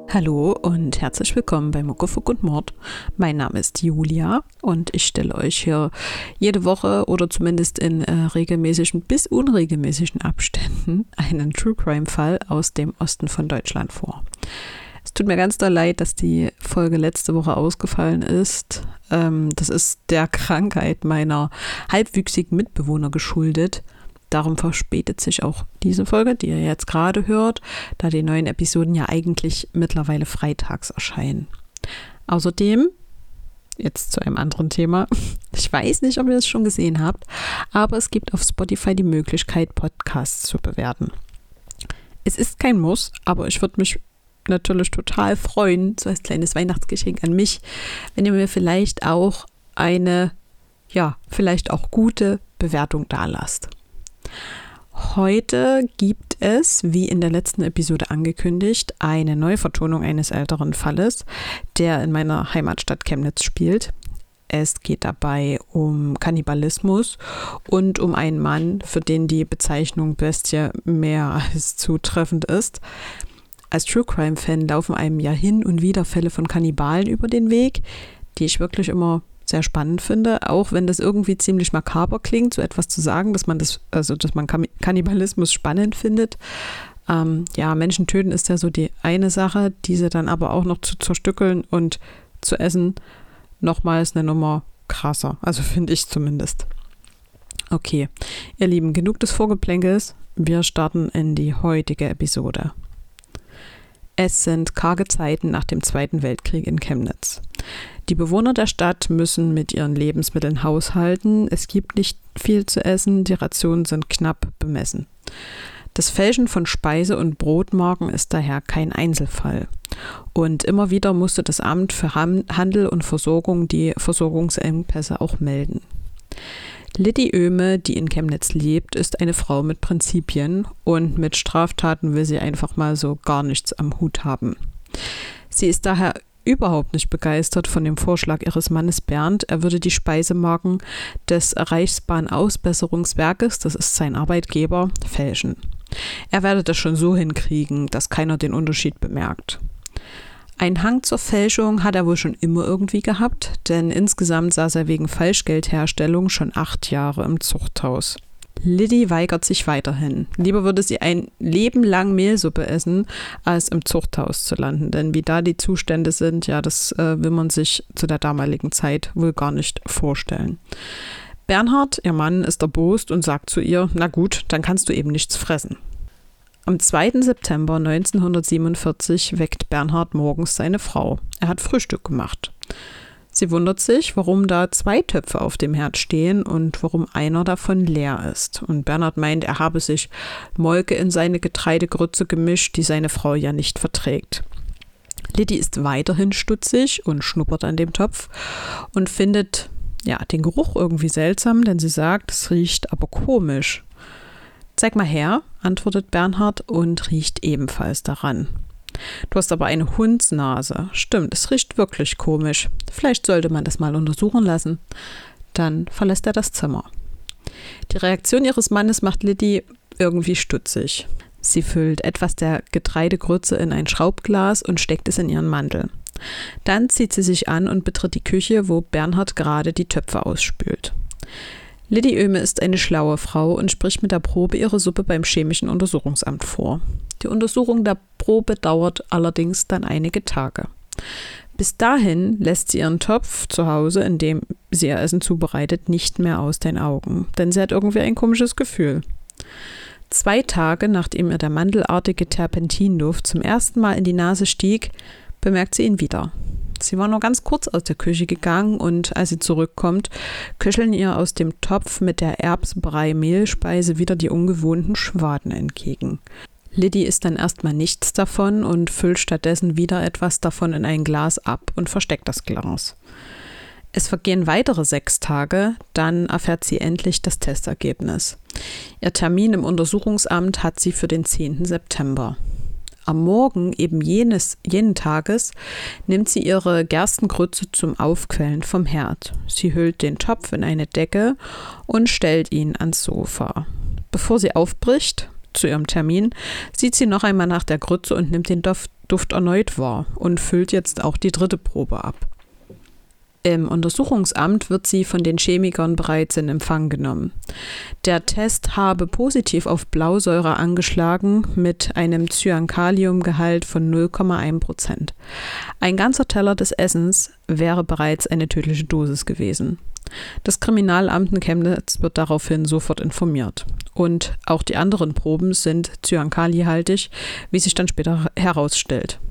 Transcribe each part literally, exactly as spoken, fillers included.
Hallo und herzlich willkommen bei Muckefuck und Mord. Mein Name ist Julia und ich stelle euch hier jede Woche oder zumindest in äh, regelmäßigen bis unregelmäßigen Abständen einen True Crime Fall aus dem Osten von Deutschland vor. Es tut mir ganz doll leid, dass die Folge letzte Woche ausgefallen ist. Ähm, das ist der Krankheit meiner halbwüchsigen Mitbewohner geschuldet. Darum verspätet sich auch diese Folge, die ihr jetzt gerade hört, da die neuen Episoden ja eigentlich mittlerweile freitags erscheinen. Außerdem, jetzt zu einem anderen Thema, ich weiß nicht, ob ihr es schon gesehen habt, aber es gibt auf Spotify die Möglichkeit, Podcasts zu bewerten. Es ist kein Muss, aber ich würde mich natürlich total freuen, so als kleines Weihnachtsgeschenk an mich, wenn ihr mir vielleicht auch eine, ja, vielleicht auch gute Bewertung dalasst. Heute gibt es, wie in der letzten Episode angekündigt, eine Neuvertonung eines älteren Falles, der in meiner Heimatstadt Chemnitz spielt. Es geht dabei um Kannibalismus und um einen Mann, für den die Bezeichnung Bestie mehr als zutreffend ist. Als True Crime Fan laufen einem ja hin und wieder Fälle von Kannibalen über den Weg, die ich wirklich immer sehr spannend finde, auch wenn das irgendwie ziemlich makaber klingt, so etwas zu sagen, dass man das, also dass man Kannibalismus spannend findet. Ähm, ja, Menschen töten ist ja so die eine Sache, diese dann aber auch noch zu zerstückeln und zu essen, nochmals eine Nummer krasser, also finde ich zumindest. Okay, ihr Lieben, genug des Vorgeplänkels, wir starten in die heutige Episode. Es sind karge Zeiten nach dem Zweiten Weltkrieg in Chemnitz. Die Bewohner der Stadt müssen mit ihren Lebensmitteln haushalten. Es gibt nicht viel zu essen, die Rationen sind knapp bemessen. Das Fälschen von Speise- und Brotmarken ist daher kein Einzelfall. Und immer wieder musste das Amt für Handel und Versorgung die Versorgungsengpässe auch melden. Liddy Oehme, die in Chemnitz lebt, ist eine Frau mit Prinzipien und mit Straftaten will sie einfach mal so gar nichts am Hut haben. Sie ist daher überhaupt nicht begeistert von dem Vorschlag ihres Mannes Bernd, er würde die Speisemarken des Reichsbahn-Ausbesserungswerkes, das ist sein Arbeitgeber, fälschen. Er werde das schon so hinkriegen, dass keiner den Unterschied bemerkt. Ein Hang zur Fälschung hat er wohl schon immer irgendwie gehabt, denn insgesamt saß er wegen Falschgeldherstellung schon acht Jahre im Zuchthaus. Liddy weigert sich weiterhin. Lieber würde sie ein Leben lang Mehlsuppe essen, als im Zuchthaus zu landen. Denn wie da die Zustände sind, ja, das äh, will man sich zu der damaligen Zeit wohl gar nicht vorstellen. Bernhard, ihr Mann, ist erbost und sagt zu ihr, na gut, dann kannst du eben nichts fressen. Am zweiten September neunzehnhundertsiebenundvierzig weckt Bernhard morgens seine Frau. Er hat Frühstück gemacht. Sie wundert sich, warum da zwei Töpfe auf dem Herd stehen und warum einer davon leer ist. Und Bernhard meint, er habe sich Molke in seine Getreidegrütze gemischt, die seine Frau ja nicht verträgt. Liddy ist weiterhin stutzig und schnuppert an dem Topf und findet ja den Geruch irgendwie seltsam, denn sie sagt, es riecht aber komisch. Zeig mal her, antwortet Bernhard und riecht ebenfalls daran. Du hast aber eine Hundsnase. Stimmt, es riecht wirklich komisch. Vielleicht sollte man das mal untersuchen lassen. Dann verlässt er das Zimmer. Die Reaktion ihres Mannes macht Liddy irgendwie stutzig. Sie füllt etwas der Getreidegrütze in ein Schraubglas und steckt es in ihren Mantel. Dann zieht sie sich an und betritt die Küche, wo Bernhard gerade die Töpfe ausspült. Liddy Oehme ist eine schlaue Frau und spricht mit der Probe ihre Suppe beim chemischen Untersuchungsamt vor. Die Untersuchung der Probe dauert allerdings dann einige Tage. Bis dahin lässt sie ihren Topf zu Hause, in dem sie ihr Essen zubereitet, nicht mehr aus den Augen, denn sie hat irgendwie ein komisches Gefühl. Zwei Tage, nachdem ihr der mandelartige Terpentinduft zum ersten Mal in die Nase stieg, bemerkt sie ihn wieder. Sie war nur ganz kurz aus der Küche gegangen und als sie zurückkommt, köcheln ihr aus dem Topf mit der Erbsbrei-Mehlspeise wieder die ungewohnten Schwaden entgegen. Liddy isst dann erstmal nichts davon und füllt stattdessen wieder etwas davon in ein Glas ab und versteckt das Glas. Es vergehen weitere sechs Tage, dann erfährt sie endlich das Testergebnis. Ihr Termin im Untersuchungsamt hat sie für den zehnten September. Am Morgen eben jenes, jenen Tages nimmt sie ihre Gerstengrütze zum Aufquellen vom Herd. Sie hüllt den Topf in eine Decke und stellt ihn ans Sofa. Bevor sie aufbricht, zu ihrem Termin, sieht sie noch einmal nach der Grütze und nimmt den Duft erneut wahr und füllt jetzt auch die dritte Probe ab. Im Untersuchungsamt wird sie von den Chemikern bereits in Empfang genommen. Der Test habe positiv auf Blausäure angeschlagen mit einem Cyankaliumgehalt von null Komma eins Prozent. Ein ganzer Teller des Essens wäre bereits eine tödliche Dosis gewesen. Das Kriminalamt in Chemnitz wird daraufhin sofort informiert. Und auch die anderen Proben sind Cyankali-haltig, wie sich dann später herausstellt.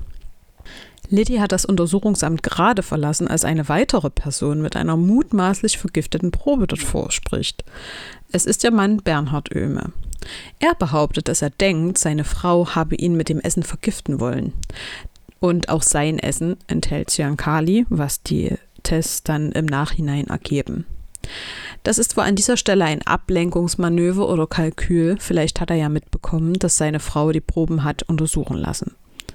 Liddy hat das Untersuchungsamt gerade verlassen, als eine weitere Person mit einer mutmaßlich vergifteten Probe dort vorspricht. Es ist ihr Mann Bernhard Oehme. Er behauptet, dass er denkt, seine Frau habe ihn mit dem Essen vergiften wollen. Und auch sein Essen enthält Cyankali, was die Tests dann im Nachhinein ergeben. Das ist wohl an dieser Stelle ein Ablenkungsmanöver oder Kalkül. Vielleicht hat er ja mitbekommen, dass seine Frau die Proben hat untersuchen lassen.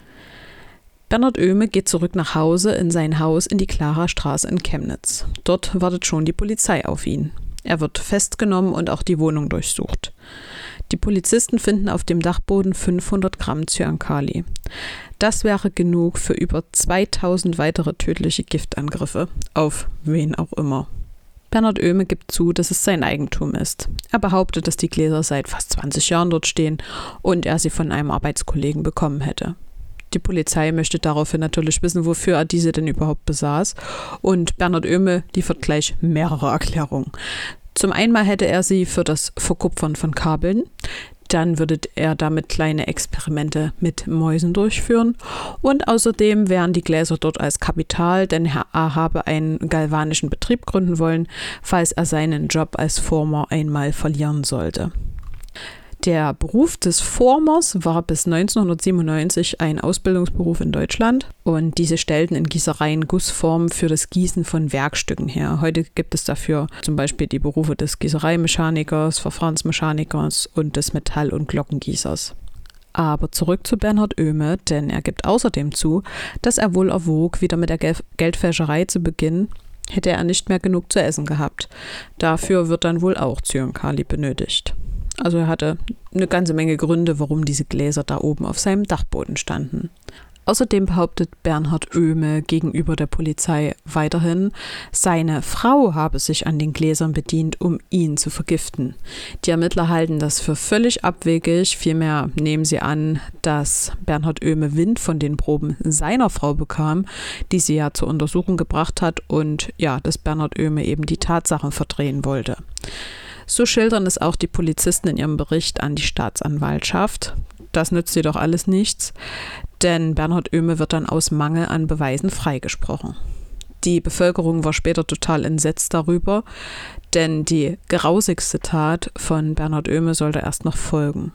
Bernhard Oehme geht zurück nach Hause in sein Haus in die Klarastraße in Chemnitz. Dort wartet schon die Polizei auf ihn. Er wird festgenommen und auch die Wohnung durchsucht. Die Polizisten finden auf dem Dachboden fünfhundert Gramm Cyankali. Das wäre genug für über zweitausend weitere tödliche Giftangriffe, auf wen auch immer. Bernhard Oehme gibt zu, dass es sein Eigentum ist. Er behauptet, dass die Gläser seit fast zwanzig Jahren dort stehen und er sie von einem Arbeitskollegen bekommen hätte. Die Polizei möchte daraufhin natürlich wissen, wofür er diese denn überhaupt besaß. Und Bernhard Oehme liefert gleich mehrere Erklärungen. Zum einen hätte er sie für das Verkupfern von Kabeln. Dann würde er damit kleine Experimente mit Mäusen durchführen. Und außerdem wären die Gläser dort als Kapital, denn er habe einen galvanischen Betrieb gründen wollen, falls er seinen Job als Former einmal verlieren sollte. Der Beruf des Formers war bis neunzehnhundertsiebenundneunzig ein Ausbildungsberuf in Deutschland und diese stellten in Gießereien Gussformen für das Gießen von Werkstücken her. Heute gibt es dafür zum Beispiel die Berufe des Gießereimechanikers, Verfahrensmechanikers und des Metall- und Glockengießers. Aber zurück zu Bernhard Oehme, denn er gibt außerdem zu, dass er wohl erwog, wieder mit der Gel- Geldfälscherei zu beginnen, hätte er nicht mehr genug zu essen gehabt. Dafür wird dann wohl auch Cyankali benötigt. Also er hatte eine ganze Menge Gründe, warum diese Gläser da oben auf seinem Dachboden standen. Außerdem behauptet Bernhard Oehme gegenüber der Polizei weiterhin, seine Frau habe sich an den Gläsern bedient, um ihn zu vergiften. Die Ermittler halten das für völlig abwegig. Vielmehr nehmen sie an, dass Bernhard Oehme Wind von den Proben seiner Frau bekam, die sie ja zur Untersuchung gebracht hat und ja, dass Bernhard Oehme eben die Tatsachen verdrehen wollte. So schildern es auch die Polizisten in ihrem Bericht an die Staatsanwaltschaft. Das nützt jedoch alles nichts, denn Bernhard Oehme wird dann aus Mangel an Beweisen freigesprochen. Die Bevölkerung war später total entsetzt darüber, denn die grausigste Tat von Bernhard Oehme sollte erst noch folgen.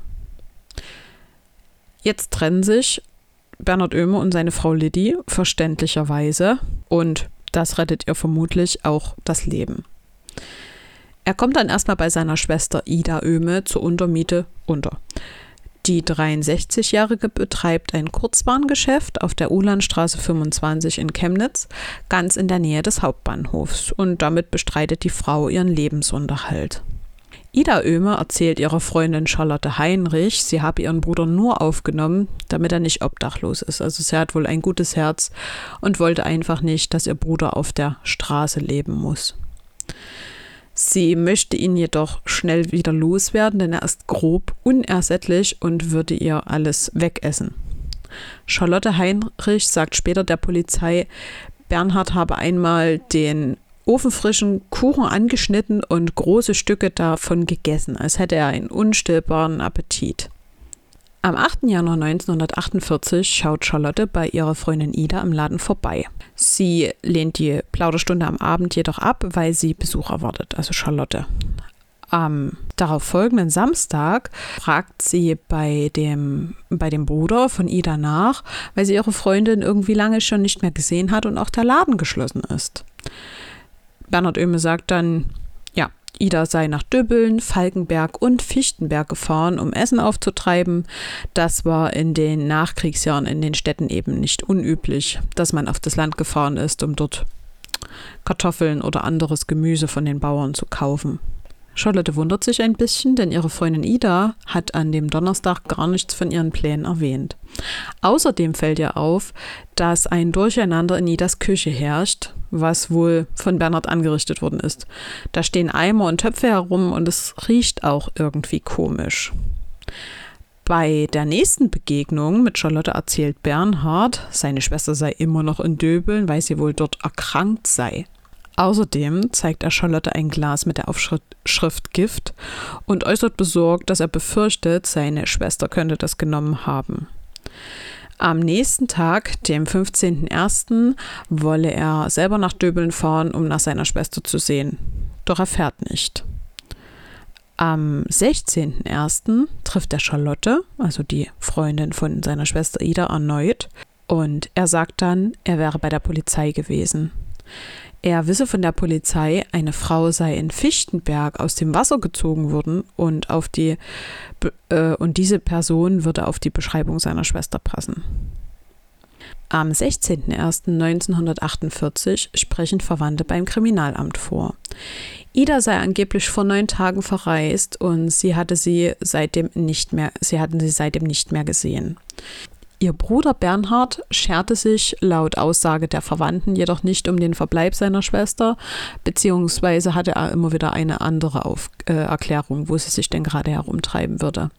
Jetzt trennen sich Bernhard Oehme und seine Frau Liddy verständlicherweise und das rettet ihr vermutlich auch das Leben. Er kommt dann erstmal bei seiner Schwester Ida Oehme zur Untermiete unter. Die dreiundsechzigjährige betreibt ein Kurzwarengeschäft auf der Uhlandstraße fünfundzwanzig in Chemnitz, ganz in der Nähe des Hauptbahnhofs. Und damit bestreitet die Frau ihren Lebensunterhalt. Ida Oehme erzählt ihrer Freundin Charlotte Heinrich, sie habe ihren Bruder nur aufgenommen, damit er nicht obdachlos ist. Also sie hat wohl ein gutes Herz und wollte einfach nicht, dass ihr Bruder auf der Straße leben muss. Sie möchte ihn jedoch schnell wieder loswerden, denn er ist grob unersättlich und würde ihr alles wegessen. Charlotte Heinrich sagt später der Polizei, Bernhard habe einmal den ofenfrischen Kuchen angeschnitten und große Stücke davon gegessen, als hätte er einen unstillbaren Appetit. Am achten Januar neunzehnhundertachtundvierzig schaut Charlotte bei ihrer Freundin Ida im Laden vorbei. Sie lehnt die Plauderstunde am Abend jedoch ab, weil sie Besuch erwartet, also Charlotte. Am darauf folgenden Samstag fragt sie bei dem, bei dem Bruder von Ida nach, weil sie ihre Freundin irgendwie lange schon nicht mehr gesehen hat und auch der Laden geschlossen ist. Bernhard Oehme sagt dann, ja, Ida sei nach Döbeln, Falkenberg und Fichtenberg gefahren, um Essen aufzutreiben. Das war in den Nachkriegsjahren in den Städten eben nicht unüblich, dass man auf das Land gefahren ist, um dort Kartoffeln oder anderes Gemüse von den Bauern zu kaufen. Charlotte wundert sich ein bisschen, denn ihre Freundin Ida hat an dem Donnerstag gar nichts von ihren Plänen erwähnt. Außerdem fällt ihr auf, dass ein Durcheinander in Idas Küche herrscht, was wohl von Bernhard angerichtet worden ist. Da stehen Eimer und Töpfe herum und es riecht auch irgendwie komisch. Bei der nächsten Begegnung mit Charlotte erzählt Bernhard, seine Schwester sei immer noch in Döbeln, weil sie wohl dort erkrankt sei. Außerdem zeigt er Charlotte ein Glas mit der Aufschrift Gift und äußert besorgt, dass er befürchtet, seine Schwester könnte das genommen haben. Am nächsten Tag, dem fünfzehnten ersten, wolle er selber nach Döbeln fahren, um nach seiner Schwester zu sehen. Doch er fährt nicht. Am sechzehnten ersten trifft er Charlotte, also die Freundin von seiner Schwester Ida, erneut. Und er sagt dann, er wäre bei der Polizei gewesen. Er wisse von der Polizei, eine Frau sei in Fichtenberg aus dem Wasser gezogen worden und, auf die, äh, und diese Person würde auf die Beschreibung seiner Schwester passen. Am sechzehnten ersten neunzehnhundertachtundvierzig sprechen Verwandte beim Kriminalamt vor. Ida sei angeblich vor neun Tagen verreist und sie hatte sie seitdem nicht mehr, sie hatten sie seitdem nicht mehr gesehen. Ihr Bruder Bernhard scherte sich laut Aussage der Verwandten jedoch nicht um den Verbleib seiner Schwester, beziehungsweise hatte er immer wieder eine andere Auf- äh, Erklärung, wo sie sich denn gerade herumtreiben würde.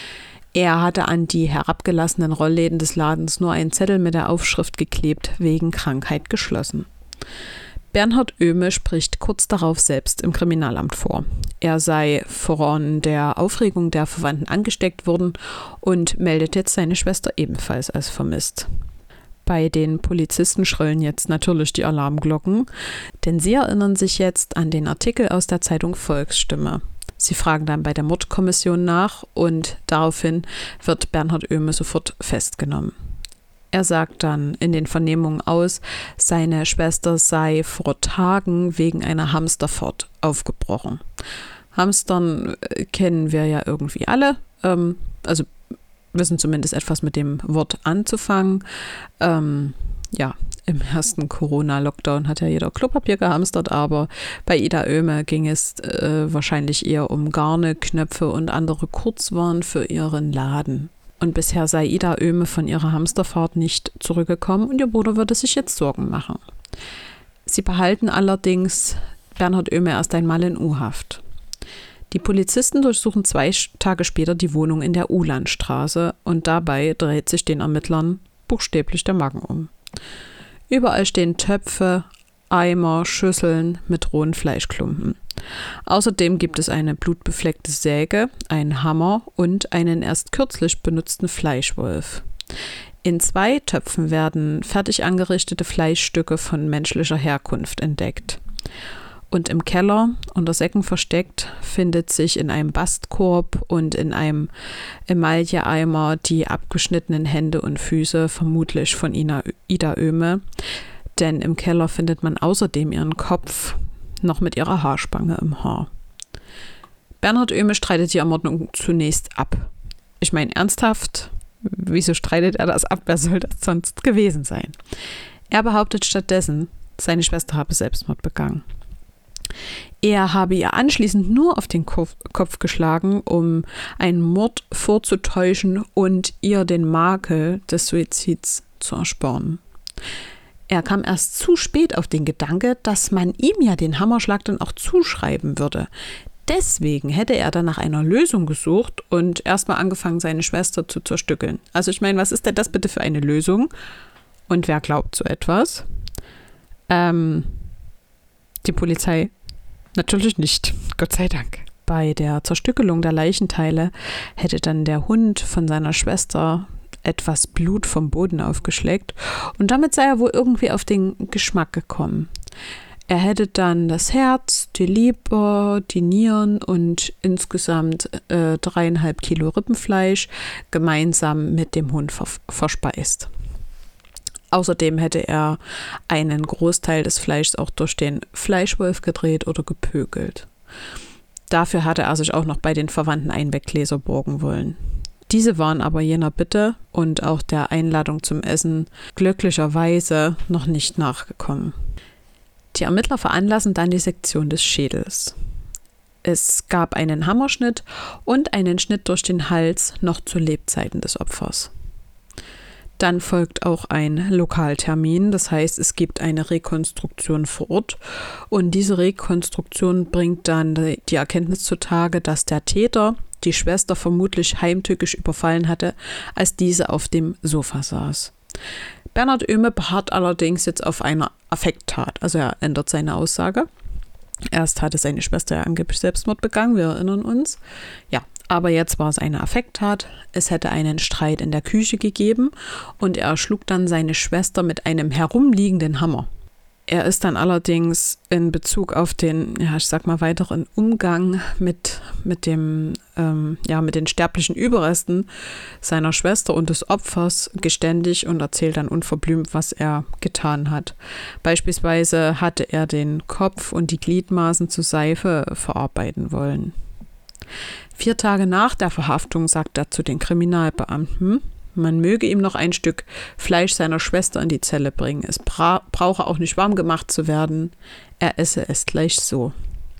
Er hatte an die herabgelassenen Rollläden des Ladens nur einen Zettel mit der Aufschrift geklebt, wegen Krankheit geschlossen. Bernhard Oehme spricht kurz darauf selbst im Kriminalamt vor. Er sei von der Aufregung der Verwandten angesteckt worden und meldet jetzt seine Schwester ebenfalls als vermisst. Bei den Polizisten schrillen jetzt natürlich die Alarmglocken, denn sie erinnern sich jetzt an den Artikel aus der Zeitung Volksstimme. Sie fragen dann bei der Mordkommission nach und daraufhin wird Bernhard Oehme sofort festgenommen. Er sagt dann in den Vernehmungen aus, seine Schwester sei vor Tagen wegen einer Hamsterfahrt aufgebrochen. Hamstern kennen wir ja irgendwie alle, ähm, also wissen zumindest etwas mit dem Wort anzufangen. Ähm, ja, im ersten Corona-Lockdown hat ja jeder Klopapier gehamstert, aber bei Ida Oehme ging es äh, wahrscheinlich eher um Garne, Knöpfe und andere Kurzwaren für ihren Laden. Und bisher sei Ida Oehme von ihrer Hamsterfahrt nicht zurückgekommen und ihr Bruder würde sich jetzt Sorgen machen. Sie behalten allerdings Bernhard Oehme erst einmal in U-Haft. Die Polizisten durchsuchen zwei Tage später die Wohnung in der Uhlandstraße und dabei dreht sich den Ermittlern buchstäblich der Magen um. Überall stehen Töpfe, Eimer, Schüsseln mit rohen Fleischklumpen. Außerdem gibt es eine blutbefleckte Säge, einen Hammer und einen erst kürzlich benutzten Fleischwolf. In zwei Töpfen werden fertig angerichtete Fleischstücke von menschlicher Herkunft entdeckt. Und im Keller, unter Säcken versteckt, findet sich in einem Bastkorb und in einem Emailleeimer die abgeschnittenen Hände und Füße, vermutlich von Ina, Ida Oehme. Denn im Keller findet man außerdem ihren Kopf, noch mit ihrer Haarspange im Haar. Bernhard Oehme streitet die Ermordung zunächst ab. Ich meine, ernsthaft, wieso streitet er das ab? Wer soll das sonst gewesen sein? Er behauptet stattdessen, seine Schwester habe Selbstmord begangen. Er habe ihr anschließend nur auf den Kopf, Kopf geschlagen, um einen Mord vorzutäuschen und ihr den Makel des Suizids zu ersparen. Er kam erst zu spät auf den Gedanke, dass man ihm ja den Hammerschlag dann auch zuschreiben würde. Deswegen hätte er dann nach einer Lösung gesucht und erstmal angefangen, seine Schwester zu zerstückeln. Also ich meine, was ist denn das bitte für eine Lösung? Und wer glaubt so etwas? Ähm, die Polizei natürlich nicht, Gott sei Dank. Bei der Zerstückelung der Leichenteile hätte dann der Hund von seiner Schwester etwas Blut vom Boden aufgeschleckt und damit sei er wohl irgendwie auf den Geschmack gekommen. Er hätte dann das Herz, die Leber, die Nieren und insgesamt äh, dreieinhalb Kilo Rippenfleisch gemeinsam mit dem Hund ver- verspeist. Außerdem hätte er einen Großteil des Fleischs auch durch den Fleischwolf gedreht oder gepökelt. Dafür hatte er sich auch noch bei den Verwandten Einweggläser borgen wollen. Diese waren aber jener Bitte und auch der Einladung zum Essen glücklicherweise noch nicht nachgekommen. Die Ermittler veranlassen dann die Sektion des Schädels. Es gab einen Hammerschnitt und einen Schnitt durch den Hals noch zu Lebzeiten des Opfers. Dann folgt auch ein Lokaltermin, das heißt, es gibt eine Rekonstruktion vor Ort und diese Rekonstruktion bringt dann die Erkenntnis zutage, dass der Täter die Schwester vermutlich heimtückisch überfallen hatte, als diese auf dem Sofa saß. Bernhard Oehme beharrt allerdings jetzt auf einer Affekttat, also er ändert seine Aussage. Erst hatte seine Schwester ja angeblich Selbstmord begangen, wir erinnern uns. Ja, aber jetzt war es eine Affekttat. Es hätte einen Streit in der Küche gegeben und er schlug dann seine Schwester mit einem herumliegenden Hammer. Er ist dann allerdings in Bezug auf den, ja, ich sag mal, weiteren Umgang mit, mit dem, ähm, ja, mit den sterblichen Überresten seiner Schwester und des Opfers geständig und erzählt dann unverblümt, was er getan hat. Beispielsweise hatte er den Kopf und die Gliedmaßen zu Seife verarbeiten wollen. Vier Tage nach der Verhaftung sagt er zu den Kriminalbeamten, man möge ihm noch ein Stück Fleisch seiner Schwester in die Zelle bringen. Es bra- brauche auch nicht warm gemacht zu werden. Er esse es gleich so.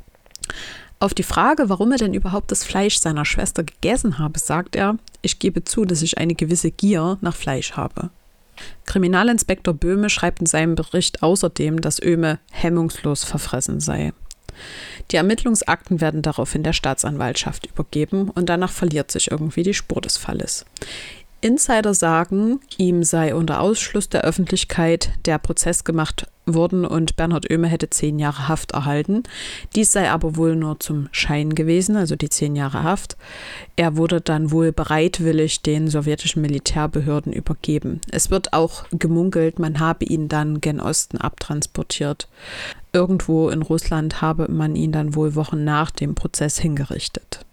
Auf die Frage, warum er denn überhaupt das Fleisch seiner Schwester gegessen habe, sagt er, ich gebe zu, dass ich eine gewisse Gier nach Fleisch habe. Kriminalinspektor Böhme schreibt in seinem Bericht außerdem, dass Oehme hemmungslos verfressen sei. Die Ermittlungsakten werden daraufhin der Staatsanwaltschaft übergeben und danach verliert sich irgendwie die Spur des Falles. Insider sagen, ihm sei unter Ausschluss der Öffentlichkeit der Prozess gemacht worden und Bernhard Oehme hätte zehn Jahre Haft erhalten. Dies sei aber wohl nur zum Schein gewesen, also die zehn Jahre Haft. Er wurde dann wohl bereitwillig den sowjetischen Militärbehörden übergeben. Es wird auch gemunkelt, man habe ihn dann gen Osten abtransportiert. Irgendwo in Russland habe man ihn dann wohl Wochen nach dem Prozess hingerichtet.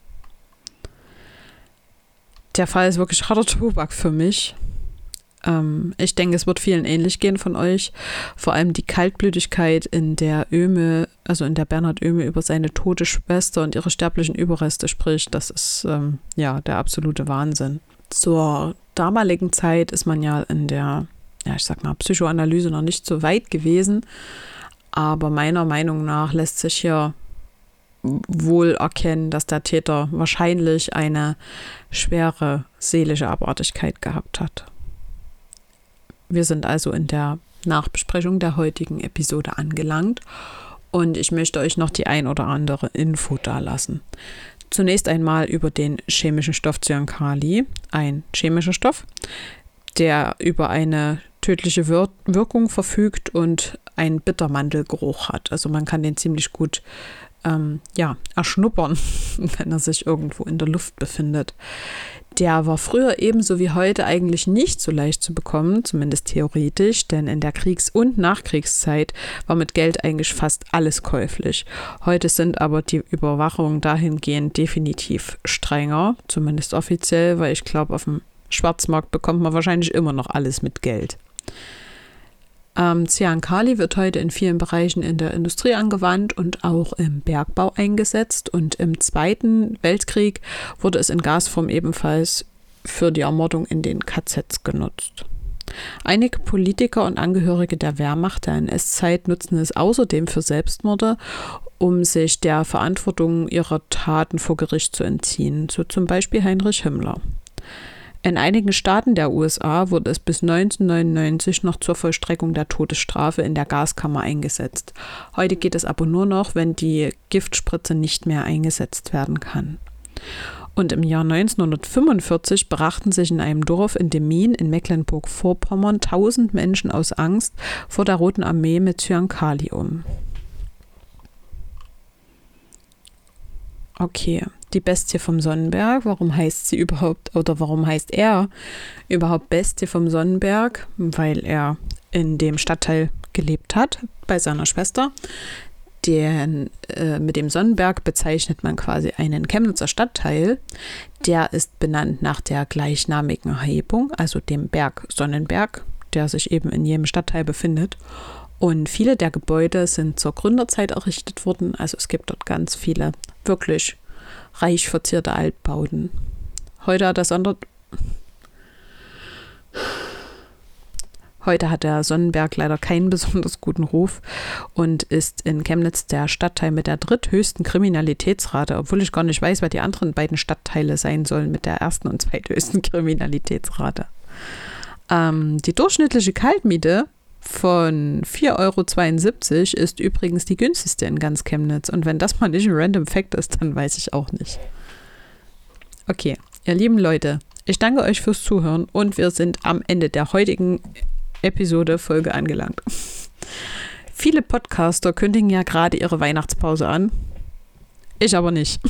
Der Fall ist wirklich harter Tobak für mich. Ähm, ich denke, es wird vielen ähnlich gehen von euch. Vor allem die Kaltblütigkeit, in der Oehme, also in der Bernhard Oehme über seine tote Schwester und ihre sterblichen Überreste spricht, das ist ähm, ja der absolute Wahnsinn. Zur damaligen Zeit ist man ja in der, ja ich sag mal, Psychoanalyse noch nicht so weit gewesen. Aber meiner Meinung nach lässt sich hier wohl erkennen, dass der Täter wahrscheinlich eine schwere seelische Abartigkeit gehabt hat. Wir sind also in der Nachbesprechung der heutigen Episode angelangt und ich möchte euch noch die ein oder andere Info dalassen. Zunächst einmal über den chemischen Stoff Cyankali, ein chemischer Stoff, der über eine tödliche Wir- Wirkung verfügt und einen Bittermandelgeruch hat. Also man kann den ziemlich gut ähm, ja, erschnuppern, wenn er sich irgendwo in der Luft befindet. Der war früher ebenso wie heute eigentlich nicht so leicht zu bekommen, zumindest theoretisch, denn in der Kriegs- und Nachkriegszeit war mit Geld eigentlich fast alles käuflich. Heute sind aber die Überwachungen dahingehend definitiv strenger, zumindest offiziell, weil ich glaube, auf dem Schwarzmarkt bekommt man wahrscheinlich immer noch alles mit Geld. Ähm, Cyankali wird heute in vielen Bereichen in der Industrie angewandt und auch im Bergbau eingesetzt. Und im Zweiten Weltkrieg wurde es in Gasform ebenfalls für die Ermordung in den K Zs genutzt. Einige Politiker und Angehörige der Wehrmacht der N S-Zeit nutzen es außerdem für Selbstmorde, um sich der Verantwortung ihrer Taten vor Gericht zu entziehen, so zum Beispiel Heinrich Himmler. In einigen Staaten der U S A wurde es bis neunzehnhundertneunundneunzig noch zur Vollstreckung der Todesstrafe in der Gaskammer eingesetzt. Heute geht es aber nur noch, wenn die Giftspritze nicht mehr eingesetzt werden kann. Und im Jahr neunzehnhundertfünfundvierzig brachten sich in einem Dorf in Demmin in Mecklenburg-Vorpommern tausend Menschen aus Angst vor der Roten Armee mit Cyankali um. Okay, die Bestie vom Sonnenberg, warum heißt sie überhaupt, oder warum heißt er überhaupt Bestie vom Sonnenberg? Weil er in dem Stadtteil gelebt hat, bei seiner Schwester. Den, äh, mit dem Sonnenberg bezeichnet man quasi einen Chemnitzer Stadtteil. Der ist benannt nach der gleichnamigen Erhebung, also dem Berg Sonnenberg, der sich eben in jedem Stadtteil befindet. Und viele der Gebäude sind zur Gründerzeit errichtet worden. Also es gibt dort ganz viele wirklich reich verzierte Altbauten. Heute hat, das Sonder- Heute hat der Sonnenberg leider keinen besonders guten Ruf und ist in Chemnitz der Stadtteil mit der dritthöchsten Kriminalitätsrate, obwohl ich gar nicht weiß, was die anderen beiden Stadtteile sein sollen mit der ersten und zweithöchsten Kriminalitätsrate. Ähm, die durchschnittliche Kaltmiete von vier Euro zweiundsiebzig ist übrigens die günstigste in ganz Chemnitz. Und wenn das mal nicht ein Random Fact ist, dann weiß ich auch nicht. Okay, ihr lieben Leute, ich danke euch fürs Zuhören und wir sind am Ende der heutigen Episode Folge angelangt. Viele Podcaster kündigen ja gerade ihre Weihnachtspause an. Ich aber nicht.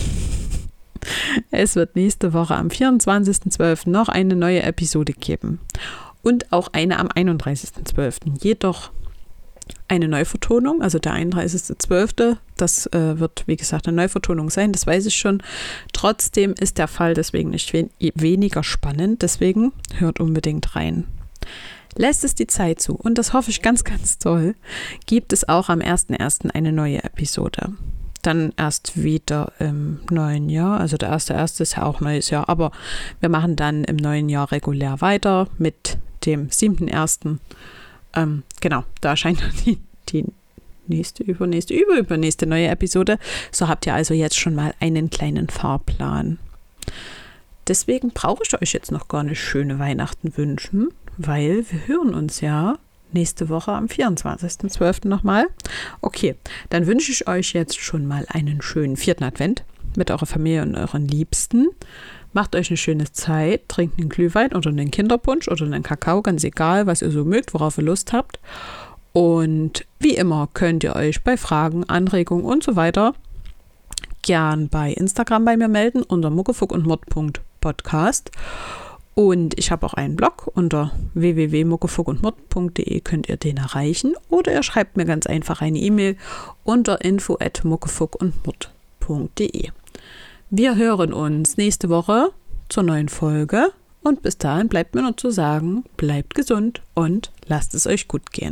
Es wird nächste Woche am vierundzwanzigsten zwölften noch eine neue Episode geben. Und auch eine am einunddreißigsten zwölften Jedoch eine Neuvertonung, also der einunddreißigsten zwölften Das äh, wird, wie gesagt, eine Neuvertonung sein, das weiß ich schon. Trotzdem ist der Fall deswegen nicht wen- weniger spannend, deswegen hört unbedingt rein. Lässt es die Zeit zu, und das hoffe ich ganz, ganz toll, gibt es auch am ersten ersten eine neue Episode. Dann erst wieder im neuen Jahr, also der erste erste ist ja auch neues Jahr, aber wir machen dann im neuen Jahr regulär weiter mit dem siebten ersten Ähm, genau, da erscheint die, die nächste, übernächste, überübernächste neue Episode. So habt ihr also jetzt schon mal einen kleinen Fahrplan. Deswegen brauche ich euch jetzt noch gar nicht schöne Weihnachten wünschen, weil wir hören uns ja nächste Woche am vierundzwanzigsten zwölften nochmal. Okay, dann wünsche ich euch jetzt schon mal einen schönen vierten Advent mit eurer Familie und euren Liebsten. Macht euch eine schöne Zeit, trinkt einen Glühwein oder einen Kinderpunsch oder einen Kakao, ganz egal, was ihr so mögt, worauf ihr Lust habt. Und wie immer könnt ihr euch bei Fragen, Anregungen und so weiter gern bei Instagram bei mir melden unter muckefuck und mord punkt podcast. Und ich habe auch einen Blog unter w w w punkt muckefuck und mord punkt de könnt ihr den erreichen. Oder ihr schreibt mir ganz einfach eine E-Mail unter info at muckefuck und mord punkt de. Wir hören uns nächste Woche zur neuen Folge und bis dahin bleibt mir nur zu sagen, bleibt gesund und lasst es euch gut gehen.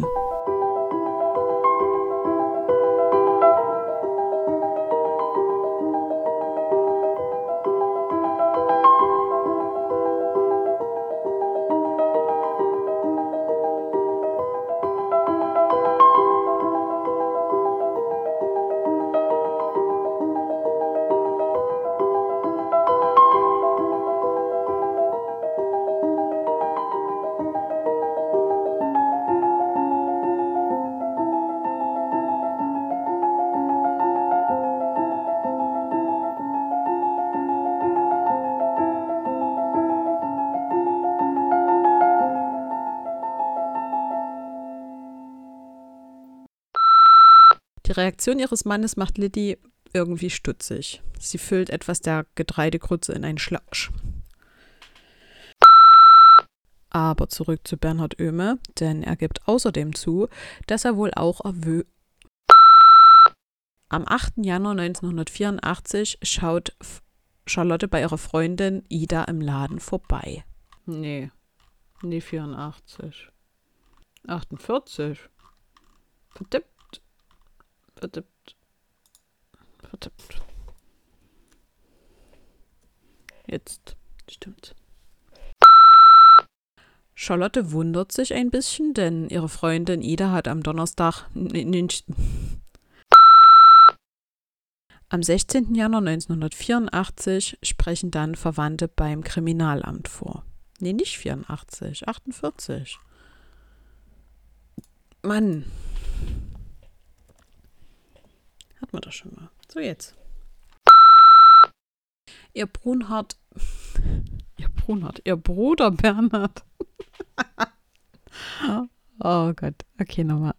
Die Reaktion ihres Mannes macht Liddy irgendwie stutzig. Sie füllt etwas der Getreidegrütze in einen Schlauch. Aber zurück zu Bernhard Oehme, denn er gibt außerdem zu, dass er wohl auch erwö... Am achten Januar neunzehnhundertvierundachtzig schaut Charlotte bei ihrer Freundin Ida im Laden vorbei. Nee, nie vierundachtzig. achtundvierzig. Verdammt. Verdammt. Verdammt. Jetzt. Stimmt. Charlotte wundert sich ein bisschen, denn ihre Freundin Ida hat am Donnerstag, nicht, am sechzehnten Januar neunzehnhundertvierundachtzig sprechen dann Verwandte beim Kriminalamt vor. Nee, nicht vierundachtzig, achtundvierzig. Mann. Hat man das schon mal. So, jetzt. Ihr Brunhard, ihr Brunhard, ihr Bruder Bernhard. Oh Gott. Okay, nochmal.